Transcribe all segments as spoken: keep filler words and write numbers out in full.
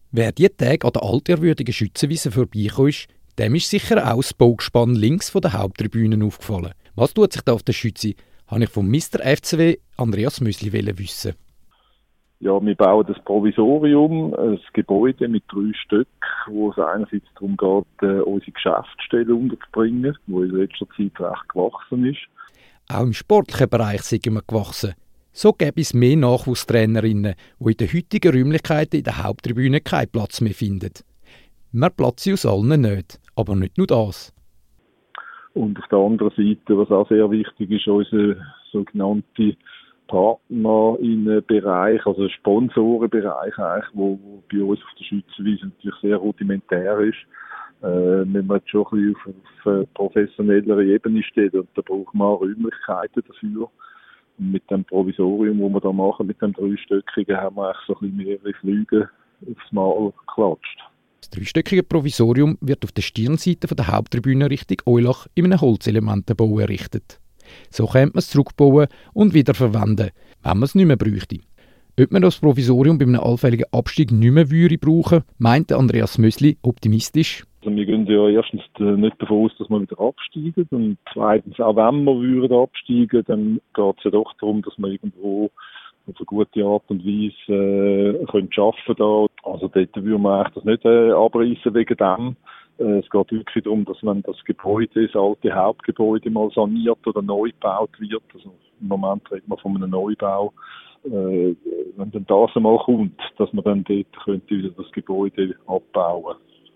Wer diese Tage an der altehrwürdigen Schützenwiese vorbeigekommen ist, dem ist sicher auch das Baugespann links von der Haupttribüne aufgefallen. Was tut sich da auf der Schütze? Habe ich von Mister F C W Andreas Müsli wissen. Ja, wir bauen das Provisorium, ein Gebäude mit drei Stöcken, wo es einerseits darum geht, äh, unsere Geschäftsstelle unterzubringen, die in letzter Zeit recht gewachsen ist. Auch im sportlichen Bereich sind wir gewachsen. So gäbe es mehr Nachwuchstrainerinnen, die in den heutigen Räumlichkeiten in der Haupttribüne keinen Platz mehr finden. Wir platzen aus allen nicht, aber nicht nur das. Und auf der anderen Seite, was auch sehr wichtig ist, unser sogenannter Partnerinnenbereich, also Sponsorenbereich, eigentlich, wo, wo bei uns auf der Schützenwiese natürlich sehr rudimentär ist. Äh, wenn man jetzt schon ein bisschen auf, auf eine professionellere Ebene steht, und da braucht man auch Räumlichkeiten dafür. Und mit dem Provisorium, das wir da machen, mit dem dreistöckigen, haben wir eigentlich so ein bisschen mehrere Flüge aufs Mal geklatscht. Das dreistöckige Provisorium wird auf der Stirnseite von der Haupttribüne Richtung Eulach in einem Holzelementenbau errichtet. So könnte man es zurückbauen und wieder verwenden, wenn man es nicht mehr bräuchte. Ob man das Provisorium bei einem allfälligen Abstieg nicht mehr würde brauchen, meinte Andreas Müsli optimistisch. Also wir gehen ja erstens nicht davon aus, dass wir wieder absteigen. Und zweitens, auch wenn wir würden absteigen, dann geht es ja doch darum, dass wir irgendwo auf eine gute Art und Weise äh, können arbeiten können. Also dort würden wir eigentlich das nicht äh, abreißen wegen dem. Äh, es geht wirklich darum, dass wenn das Gebäude, das alte Hauptgebäude mal saniert oder neu gebaut wird, also im Moment reden wir von einem Neubau, äh, wenn dann das einmal kommt, dass man dann dort könnte wieder das Gebäude abbauen.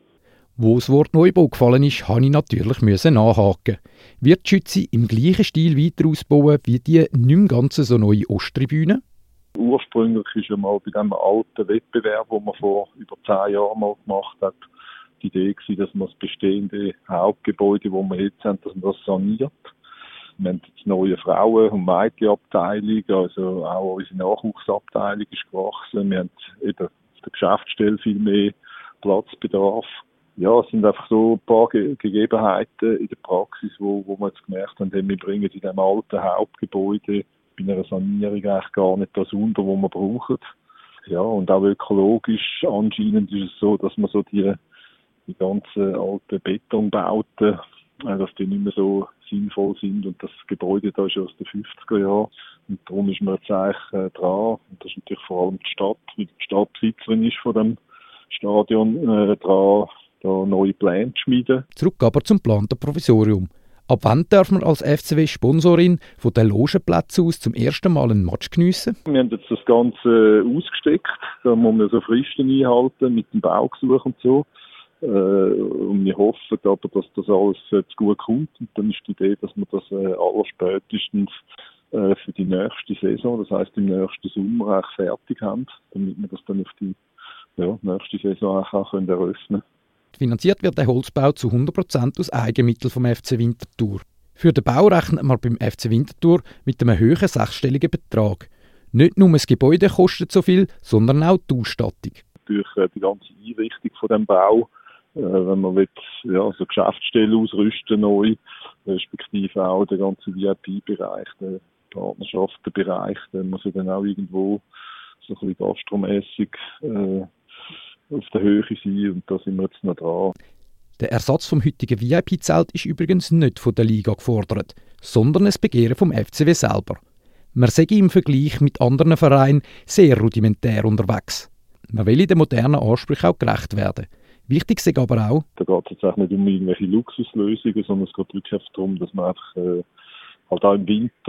Wo das Wort Neubau gefallen ist, musste ich natürlich nachhaken. Wird die Schütze im gleichen Stil weiter ausbauen wie die nicht mehr ganz so neue Osttribüne? Ursprünglich war ja mal bei diesem alten Wettbewerb, den man vor über zehn Jahren mal gemacht hat, die Idee gewesen, dass man das bestehende Hauptgebäude, das wir jetzt haben, dass man das saniert. Wir haben jetzt neue Frauen- und Mädchenabteilung, also auch unsere Nachwuchsabteilung ist gewachsen. Wir haben eben auf der Geschäftsstelle viel mehr Platzbedarf. Ja, es sind einfach so ein paar Ge- Gegebenheiten in der Praxis, wo, wo wir jetzt gemerkt haben, wir bringen in diesem alten Hauptgebäude bei einer Sanierung eigentlich gar nicht das unter, was wir brauchen. Ja, und auch ökologisch anscheinend ist es so, dass man so die, die ganzen alten Betonbauten, äh, dass die nicht mehr so sinnvoll sind. Und das Gebäude da ist ja aus den fünfziger Jahren. Und darum ist man jetzt eigentlich äh, dran. Und das ist natürlich vor allem die Stadt, wie die Stadtbesitzerin ist von dem Stadion äh, dran, da neue Pläne zu schmieden. Zurück aber zum geplanten Provisorium. Ab wann darf man als F C W-Sponsorin von den Logenplätzen aus zum ersten Mal einen Match geniessen? Wir haben jetzt das Ganze ausgesteckt. Da muss man so Fristen einhalten mit dem Baugesuch und so. Äh, und wir hoffen aber, dass das alles jetzt gut kommt. Und dann ist die Idee, dass wir das äh, allerspätestens äh, für die nächste Saison, das heisst im nächsten Sommer, eigentlich fertig haben, damit wir das dann auf die ja, nächste Saison auch können eröffnen können. Finanziert wird der Holzbau zu hundert Prozent aus Eigenmitteln vom F C Winterthur. Für den Bau rechnet man beim F C Winterthur mit einem hohen sechsstelligen Betrag. Nicht nur das Gebäude kostet so viel, sondern auch die Ausstattung. Natürlich äh, die ganze Einrichtung von dem Bau, äh, wenn man will, ja, so Geschäftsstellen ausrüsten neu, respektive auch der ganze V I P-Bereich, der Partnerschaftenbereich, der muss ja dann auch irgendwo so ein bisschen gastromässig äh, auf der Höhe sein, und da sind wir jetzt noch dran. Der Ersatz vom heutigen V I P-Zelt ist übrigens nicht von der Liga gefordert, sondern ein Begehren vom F C W selber. Man sei im Vergleich mit anderen Vereinen sehr rudimentär unterwegs. Man will den modernen Ansprüchen auch gerecht werden. Wichtig ist aber auch, da geht es jetzt auch nicht um irgendwelche Luxuslösungen, sondern es geht wirklich darum, dass man einfach äh, halt auch im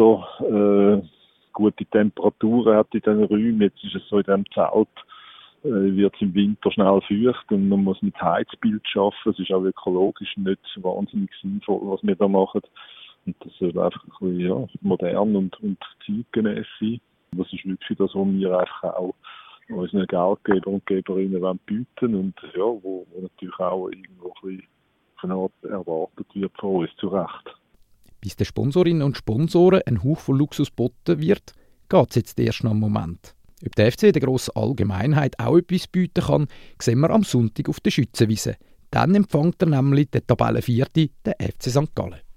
Winter äh, gute Temperaturen hat in diesen Räumen. Jetzt ist es so, in diesem Zelt äh, wird es im Winter schnell feucht und man muss mit Heizbild arbeiten. Es ist auch ökologisch nicht wahnsinnig sinnvoll, was wir da machen. Und das soll einfach ein bisschen ja, modern und, und zeitgemäß sein. Das ist wirklich das, was wir einfach auch unseren Geldgeber und Geberinnen bieten und ja, wo, wo natürlich auch irgendwo ein bisschen von einer Art erwartet wird von uns, zu Recht. Bis den Sponsorinnen und Sponsoren ein Hauch von Luxus geboten wird, geht es jetzt erst noch einen Moment. Ob der F C der grossen Allgemeinheit auch etwas bieten kann, sehen wir am Sonntag auf der Schützenwiese. Dann empfängt er nämlich den Tabellenvierten, den F C Sankt Gallen.